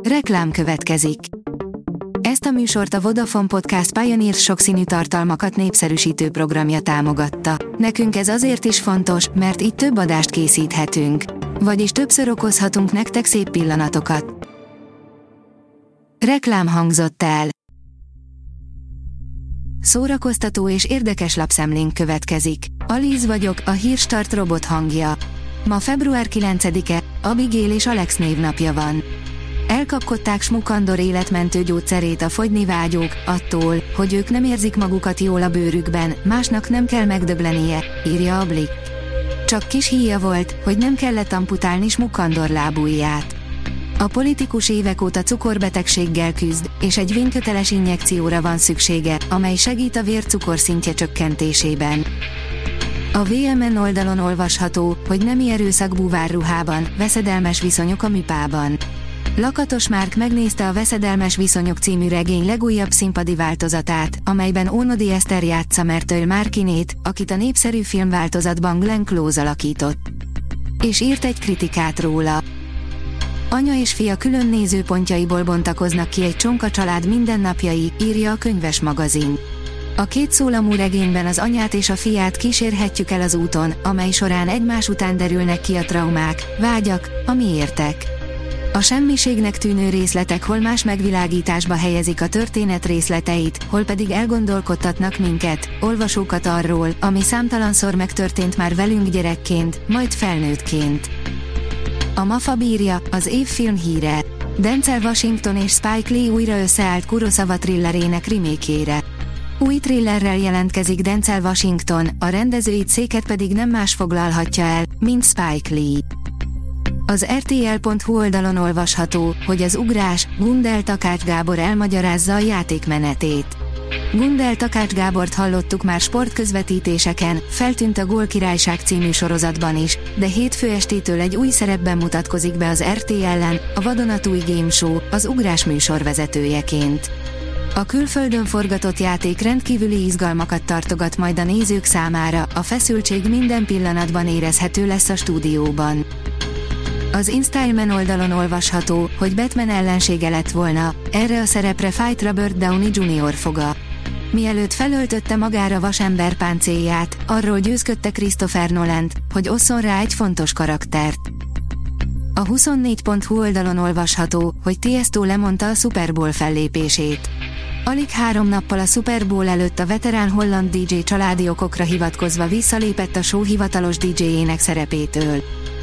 Reklám következik. Ezt a műsort a Vodafone Podcast Pioneer sokszínű tartalmakat népszerűsítő programja támogatta. Nekünk ez azért is fontos, mert így több adást készíthetünk. Vagyis többször okozhatunk nektek szép pillanatokat. Reklám hangzott el. Szórakoztató és érdekes lapszemlénk következik. Alíz vagyok, a Hírstart robot hangja. Ma február 9-e, Abigail és Alex névnapja van. Elkapkodták Smukandor életmentő gyógyszerét a fogyni vágyók, attól, hogy ők nem érzik magukat jól a bőrükben, másnak nem kell megdöglenie, írja a Blick. Csak kis híja volt, hogy nem kellett amputálni Smukandor lábujját. A politikus évek óta cukorbetegséggel küzd, és egy vényköteles injekcióra van szüksége, amely segít a vércukorszintje csökkentésében. A VMN oldalon olvasható, hogy nemi erőszak búvárruhában, veszedelmes viszonyok a Mipában. Lakatos Márk megnézte a Veszedelmes viszonyok című regény legújabb színpadi változatát, amelyben Ónodi Eszter játsza Mertől Márkinét, akit a népszerű filmváltozatban Glenn Close alakított. És írt egy kritikát róla. Anya és fia külön nézőpontjaiból bontakoznak ki egy csonka család mindennapjai, írja a Könyves magazin. A kétszólamú regényben az anyát és a fiát kísérhetjük el az úton, amely során egymás után derülnek ki a traumák, vágyak, a miértek. A semmiségnek tűnő részletek hol más megvilágításba helyezik a történet részleteit, hol pedig elgondolkodtatnak minket, olvasókat arról, ami számtalanszor megtörtént már velünk gyerekként, majd felnőttként. A MAFA bírja, az év film híre. Denzel Washington és Spike Lee újra összeállt Kurosawa thrillerének remake-jére. Új thrillerrel jelentkezik Denzel Washington, a rendezői széket pedig nem más foglalhatja el, mint Spike Lee. Az RTL.hu oldalon olvasható, hogy az ugrás, Gundel Takács Gábor elmagyarázza a játék menetét. Gundel Takács Gábort hallottuk már sportközvetítéseken, feltűnt a Gólkirályság című sorozatban is, de hétfő estétől egy új szerepben mutatkozik be az RTL-en, a vadonatúj Game Show, az ugrás műsorvezetőjeként. A külföldön forgatott játék rendkívüli izgalmakat tartogat majd a nézők számára, a feszültség minden pillanatban érezhető lesz a stúdióban. Az InStyleman oldalon olvasható, hogy Batman ellensége lett volna, erre a szerepre fájt Robert Downey Jr. foga. Mielőtt felöltötte magára vasember páncélját, arról győzködte Christopher Nolant, hogy osszon rá egy fontos karaktert. A 24.hu oldalon olvasható, hogy Tiesto lemondta a Super Bowl fellépését. Alig 3 nappal a Super Bowl előtt a veterán holland DJ családi okokra hivatkozva visszalépett a show hivatalos DJ-jének szerepétől.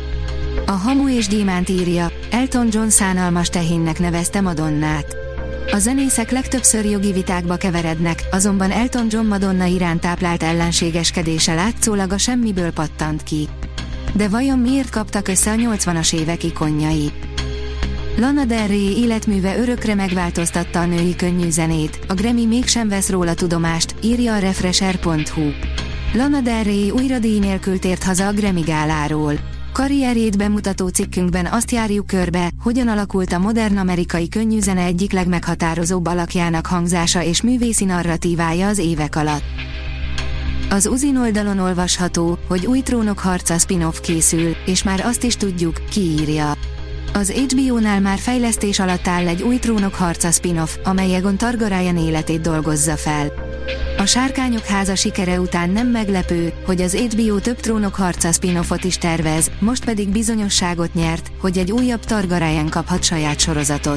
A Hamu és Gyémánt írja, Elton John szánalmas tehénnek nevezte Madonnát. A zenészek legtöbbször jogi vitákba keverednek, azonban Elton John Madonna iránt táplált ellenségeskedése látszólag a semmiből pattant ki. De vajon miért kaptak össze a 80-as évek ikonjai? Lana Del Rey életműve örökre megváltoztatta a női könnyű zenét, a Grammy mégsem vesz róla tudomást, írja a Refresher.hu. Lana Del Rey újra díj nélkül tért haza a Grammy gáláról. Karrierjét bemutató cikkünkben azt járjuk körbe, hogyan alakult a modern amerikai könnyűzene egyik legmeghatározóbb alakjának hangzása és művészi narratívája az évek alatt. Az Uzin oldalon olvasható, hogy új Trónok harca spin-off készül, és már azt is tudjuk, ki írja. Az HBO-nál már fejlesztés alatt áll egy új Trónok harca spin-off, amely Aegon Targaryen életét dolgozza fel. A Sárkányok háza sikere után nem meglepő, hogy az HBO több Trónok harca spin-offot is tervez, most pedig bizonyosságot nyert, hogy egy újabb Targaryen kaphat saját sorozatot.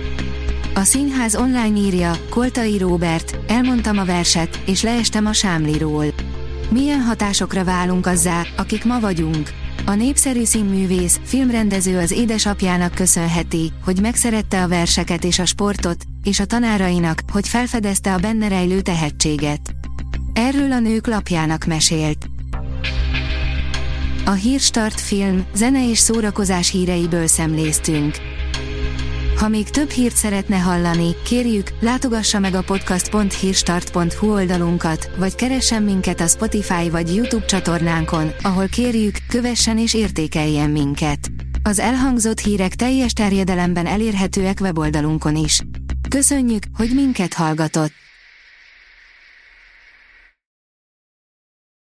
A Színház online írja, Koltai Róbert, elmondtam a verset, és leestem a sámliról. Milyen hatásokra válunk azzá, akik ma vagyunk? A népszerű színművész, filmrendező az édesapjának köszönheti, hogy megszerette a verseket és a sportot, és a tanárainak, hogy felfedezte a benne rejlő tehetséget. Erről a Nők lapjának mesélt. A Hírstart film, zene és szórakozás híreiből szemléztünk. Ha még több hírt szeretne hallani, kérjük, látogassa meg a podcast.hírstart.hu oldalunkat, vagy keressen minket a Spotify vagy YouTube csatornánkon, ahol kérjük, kövessen és értékeljen minket. Az elhangzott hírek teljes terjedelemben elérhetőek weboldalunkon is. Köszönjük, hogy minket hallgatott!